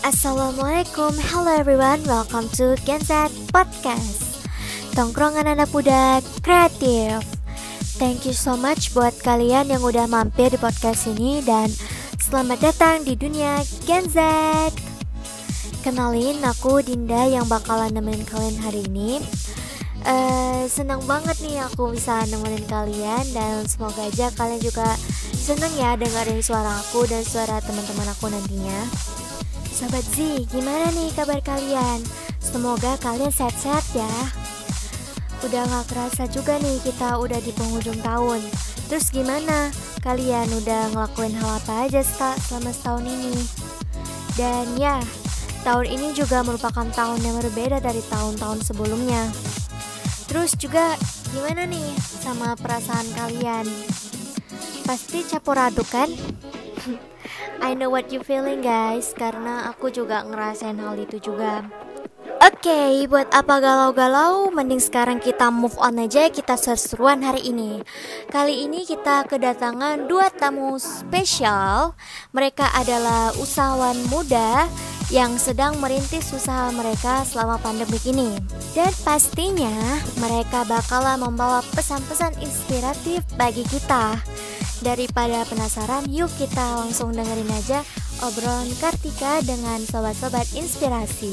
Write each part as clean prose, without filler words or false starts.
Assalamualaikum, hello everyone, welcome to Gen Z Podcast, tongkrongan anak muda kreatif. Thank you so much buat kalian yang udah mampir di podcast ini dan selamat datang di dunia Gen Z. Kenalin, aku Dinda yang bakalan nemenin kalian hari ini. Senang banget nih aku bisa nemenin kalian dan semoga aja kalian juga seneng ya dengerin suara aku dan suara teman-teman aku nantinya. Sobat Z, gimana nih kabar kalian? Semoga kalian sehat-sehat ya. Udah gak kerasa juga nih kita udah di penghujung tahun. Terus gimana? Kalian udah ngelakuin hal apa aja selama setahun ini? Dan ya, tahun ini juga merupakan tahun yang berbeda dari tahun-tahun sebelumnya. Terus juga gimana nih sama perasaan kalian? Pasti campur aduk kan? I know what you feeling guys, karena aku juga ngerasain hal itu juga. Oke, buat apa galau-galau, mending sekarang kita move on aja, kita seru-seruan hari ini. Kali ini kita kedatangan dua tamu spesial. Mereka adalah usahawan muda yang sedang merintis usaha mereka selama pandemi ini. Dan pastinya mereka bakalan membawa pesan-pesan inspiratif bagi kita. Daripada penasaran, yuk kita langsung dengerin aja obrolan Kartika dengan sobat-sobat inspirasi.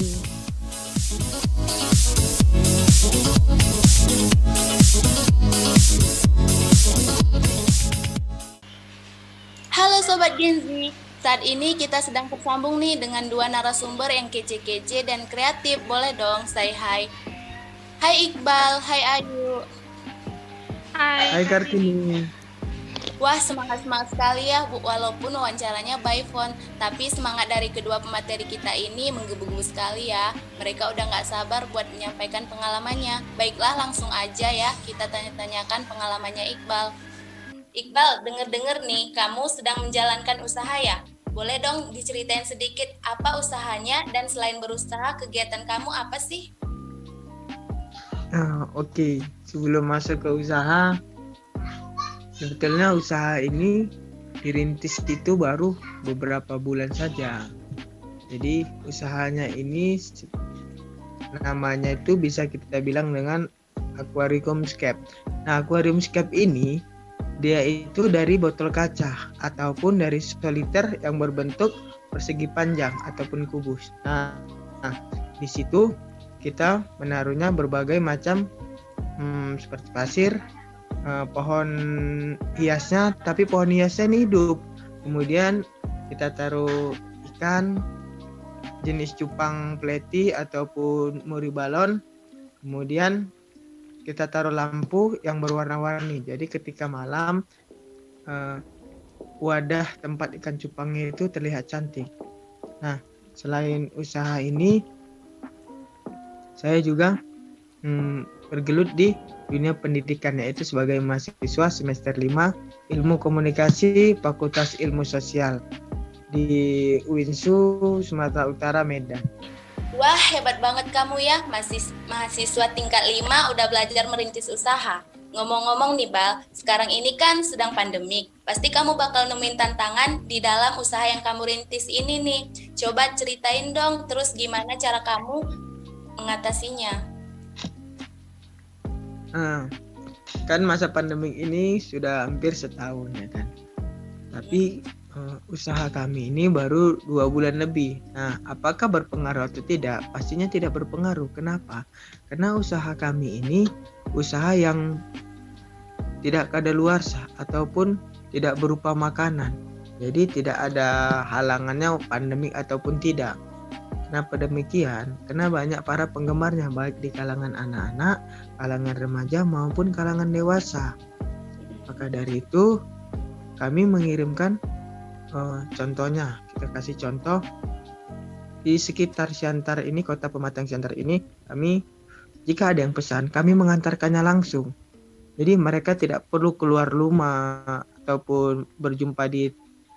Halo Sobat Gen Z, saat ini kita sedang tersambung nih dengan dua narasumber yang kece-kece dan kreatif. Boleh dong say hi. Hai Iqbal, hai Ayu. Hai Kartini. Wah, semangat-semangat sekali ya Bu, walaupun wawancaranya by phone. Tapi semangat dari kedua pemateri kita ini menggebu-gebu sekali ya. Mereka udah gak sabar buat menyampaikan pengalamannya. Baiklah, langsung aja ya kita tanya-tanyakan pengalamannya Iqbal. Iqbal, denger-denger nih kamu sedang menjalankan usaha ya? Boleh dong diceritain sedikit apa usahanya dan selain berusaha kegiatan kamu apa sih? Oke. Sebelum masuk ke usaha, sebetulnya usaha ini dirintis itu baru beberapa bulan saja. Jadi usahanya ini namanya itu bisa kita bilang dengan aquariumscape. Nah, aquariumscape ini dia itu dari botol kaca ataupun dari soliter yang berbentuk persegi panjang ataupun kubus. Nah di situ kita menaruhnya berbagai macam seperti pasir, pohon hiasnya, tapi pohon hiasnya ini hidup. Kemudian kita taruh ikan jenis cupang pleti ataupun muri balon. Kemudian kita taruh lampu yang berwarna-warni. Jadi ketika malam wadah tempat ikan cupangnya itu terlihat cantik. Nah, selain usaha ini, saya juga bergelut di dunia pendidikan, yaitu sebagai mahasiswa semester 5 Ilmu Komunikasi Fakultas Ilmu Sosial di UINSU Sumatera Utara, Medan. Wah, hebat banget kamu ya, mahasiswa tingkat 5 udah belajar merintis usaha. Ngomong-ngomong nih Bal, sekarang ini kan sedang pandemik. Pasti kamu bakal nemuin tantangan di dalam usaha yang kamu rintis ini nih. Coba ceritain dong, terus gimana cara kamu mengatasinya? Kan masa pandemi ini sudah hampir setahun ya kan. Tapi usaha kami ini baru 2 bulan lebih. Nah, apakah berpengaruh atau tidak? Pastinya tidak berpengaruh. Kenapa? Karena usaha kami ini usaha yang tidak kadaluarsa ataupun tidak berupa makanan. Jadi tidak ada halangannya pandemi ataupun tidak. Kenapa demikian? Karena banyak para penggemarnya, baik di kalangan anak-anak, kalangan remaja maupun kalangan dewasa. Maka dari itu kami mengirimkan contohnya, kita kasih contoh di sekitar Siantar ini, kota Pematang Siantar ini, kami jika ada yang pesan, kami mengantarkannya langsung. Jadi mereka tidak perlu keluar rumah ataupun berjumpa di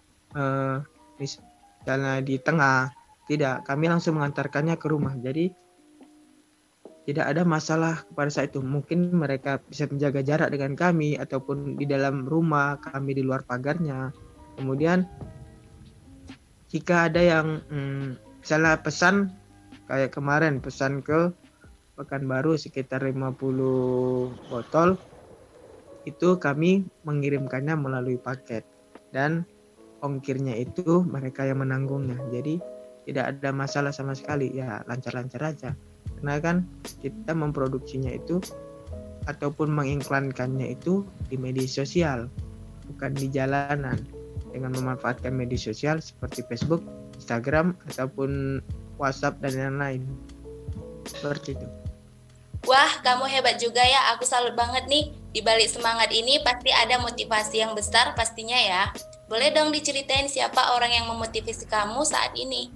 misalnya di tengah. Tidak, kami langsung mengantarkannya ke rumah. Jadi tidak ada masalah pada saat itu. Mungkin mereka bisa menjaga jarak dengan kami ataupun di dalam rumah, kami di luar pagarnya. Kemudian jika ada yang misalnya pesan kayak kemarin pesan ke Pekanbaru sekitar 50 botol, itu kami mengirimkannya melalui paket dan ongkirnya itu mereka yang menanggungnya. Jadi tidak ada masalah sama sekali, ya lancar-lancar aja. Karena kan kita memproduksinya itu ataupun mengiklankannya itu di media sosial, bukan di jalanan, dengan memanfaatkan media sosial seperti Facebook, Instagram, ataupun WhatsApp dan lain-lain. Seperti itu. Wah, kamu hebat juga ya. Aku salut banget nih. Di balik semangat ini pasti ada motivasi yang besar pastinya ya. Boleh dong diceritain siapa orang yang memotivasi kamu saat ini?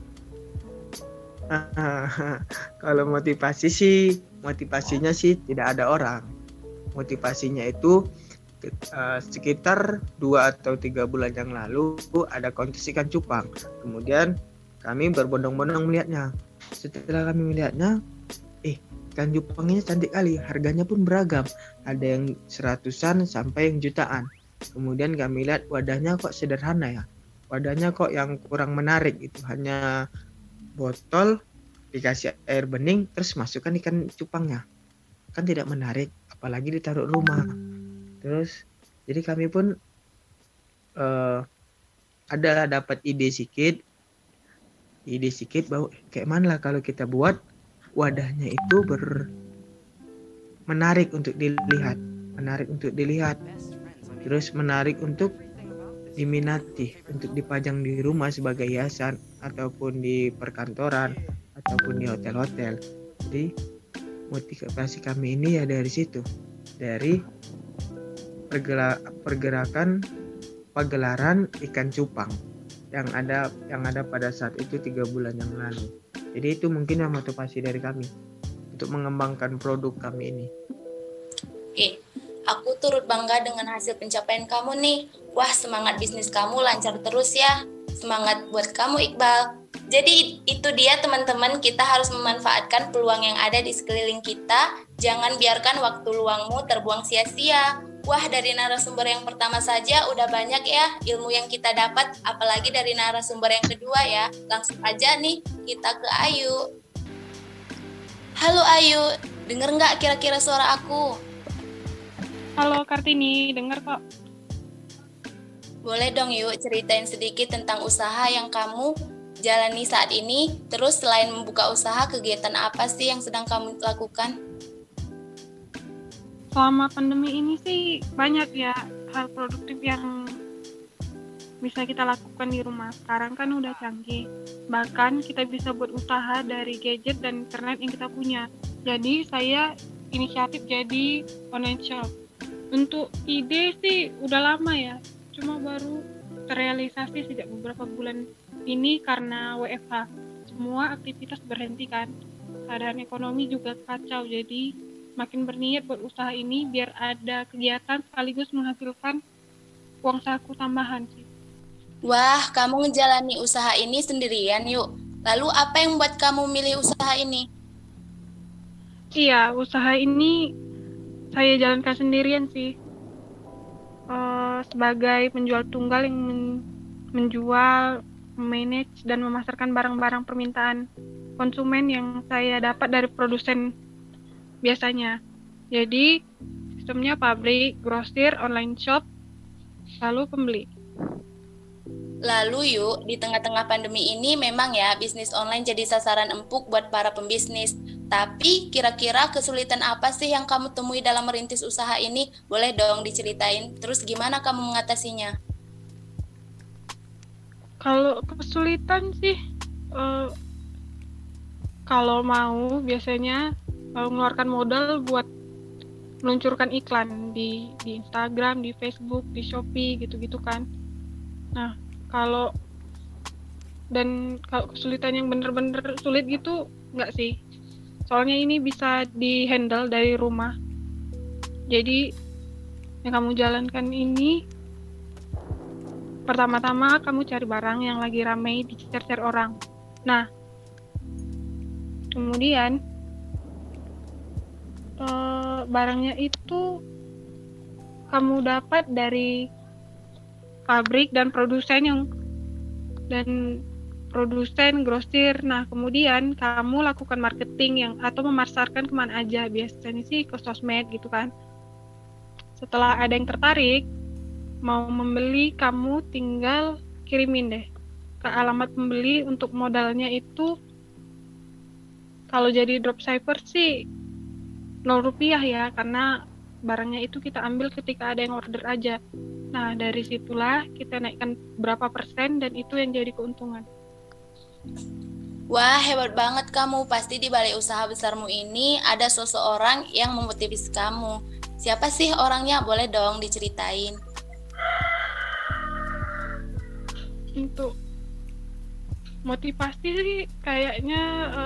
Kalau motivasinya sih tidak ada orang. Motivasinya itu sekitar 2 atau 3 bulan yang lalu ada kontes ikan cupang. Kemudian kami berbondong-bondong melihatnya. Setelah kami melihatnya, ikan cupang ini cantik kali, harganya pun beragam. Ada yang 100-an sampai yang jutaan. Kemudian kami lihat wadahnya kok sederhana ya. Wadahnya kok yang kurang menarik gitu. Hanya botol, dikasih air bening, terus masukkan ikan cupangnya. Kan tidak menarik, apalagi ditaruh rumah. Terus, jadi kami pun ada dapat ide sikit bahwa kayak mana lah kalau kita buat wadahnya itu menarik untuk dilihat, terus menarik untuk diminati, untuk dipajang di rumah sebagai hiasan ataupun di perkantoran ataupun di hotel-hotel. Jadi motivasi kami ini ya dari situ, dari pagelaran ikan cupang yang ada pada saat itu 3 bulan yang lalu. Jadi itu mungkin yang motivasi dari kami untuk mengembangkan produk kami ini. Oke, aku turut bangga dengan hasil pencapaian kamu nih. Wah, semangat bisnis kamu lancar terus ya. Semangat buat kamu, Iqbal. Jadi itu dia teman-teman, kita harus memanfaatkan peluang yang ada di sekeliling kita. Jangan biarkan waktu luangmu terbuang sia-sia. Wah, dari narasumber yang pertama saja udah banyak ya ilmu yang kita dapat, apalagi dari narasumber yang kedua ya. Langsung aja nih kita ke Ayu. Halo Ayu, denger nggak kira-kira suara aku? Halo Kartini, denger kok. Boleh dong yuk ceritain sedikit tentang usaha yang kamu jalani saat ini. Terus selain membuka usaha, kegiatan apa sih yang sedang kamu lakukan? Selama pandemi ini sih banyak ya hal produktif yang bisa kita lakukan di rumah. Sekarang kan udah canggih. Bahkan kita bisa buat usaha dari gadget dan internet yang kita punya. Jadi saya inisiatif jadi online shop. Untuk ide sih udah lama ya. Cuma baru terrealisasi sejak beberapa bulan ini karena WFH. Semua aktivitas berhenti kan. Keadaan ekonomi juga kacau, jadi makin berniat buat usaha ini biar ada kegiatan sekaligus menghasilkan uang saku tambahan sih. Wah, kamu ngejalani usaha ini sendirian yuk. Lalu apa yang buat kamu milih usaha ini? Iya, usaha ini saya jalankan sendirian sih. Sebagai penjual tunggal yang menjual, manage dan memasarkan barang-barang permintaan konsumen yang saya dapat dari produsen biasanya. Jadi sistemnya pabrik, grosir, online shop, lalu pembeli. Lalu yuk, di tengah-tengah pandemi ini memang ya bisnis online jadi sasaran empuk buat para pembisnis. Tapi kira-kira kesulitan apa sih yang kamu temui dalam merintis usaha ini? Boleh dong diceritain. Terus gimana kamu mengatasinya? Kalau kesulitan sih, kalau mau biasanya mengeluarkan modal buat meluncurkan iklan di Instagram, di Facebook, di Shopee gitu-gitu kan. Nah, kalau kesulitan yang bener-bener sulit gitu enggak sih. Soalnya ini bisa di-handle dari rumah. Jadi yang kamu jalankan ini pertama-tama kamu cari barang yang lagi ramai dicer-cer orang. Nah, kemudian barangnya itu kamu dapat dari pabrik dan produsen dan produsen, grosir. Nah, kemudian kamu lakukan marketing atau memasarkan kemana aja. Biasanya sih ke sosmed gitu kan. Setelah ada yang tertarik, mau membeli, kamu tinggal kirimin deh ke alamat pembeli. Untuk modalnya itu, kalau jadi dropshipper sih 0 rupiah ya, karena barangnya itu kita ambil ketika ada yang order aja. Nah, dari situlah kita naikkan berapa persen dan itu yang jadi keuntungan. Wah, hebat banget kamu. Pasti di balik usaha besarmu ini ada seseorang yang memotivasi kamu. Siapa sih orangnya? Boleh dong diceritain. Untuk motivasi sih kayaknya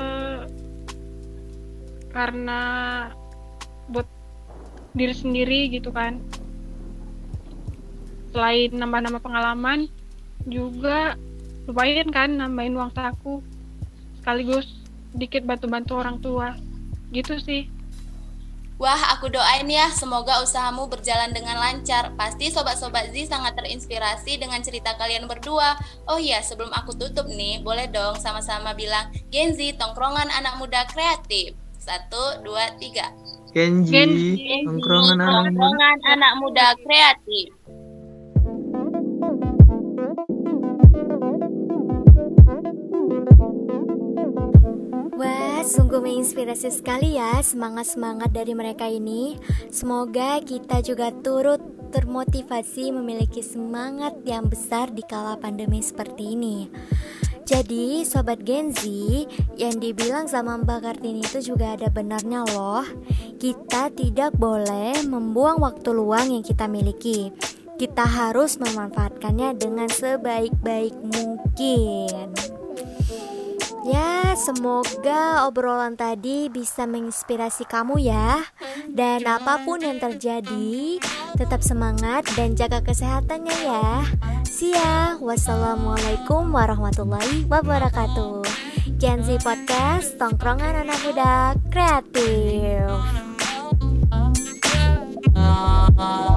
karena buat diri sendiri gitu kan. Selain nambah-nambah pengalaman, juga lumayan kan nambahin uang saku, sekaligus sedikit bantu-bantu orang tua gitu sih. Wah, aku doain ya, semoga usahamu berjalan dengan lancar. Pasti Sobat-Sobat Z sangat terinspirasi dengan cerita kalian berdua. Oh iya, sebelum aku tutup nih, boleh dong sama-sama bilang Gen Z, tongkrongan anak muda kreatif. 1, 2, 3. Gen Z, tongkrongan anak muda kreatif. Wah, sungguh menginspirasi sekali ya semangat-semangat dari mereka ini. Semoga kita juga turut termotivasi memiliki semangat yang besar di kala pandemi seperti ini. Jadi, Sobat Gen Z, yang dibilang sama Mbak Kartini itu juga ada benarnya loh. Kita tidak boleh membuang waktu luang yang kita miliki. Kita harus memanfaatkannya dengan sebaik-baik mungkin. Ya, semoga obrolan tadi bisa menginspirasi kamu ya. Dan apapun yang terjadi, tetap semangat dan jaga kesehatannya ya. See ya. Wassalamualaikum warahmatullahi wabarakatuh. Gen Z Podcast, tongkrongan anak muda kreatif.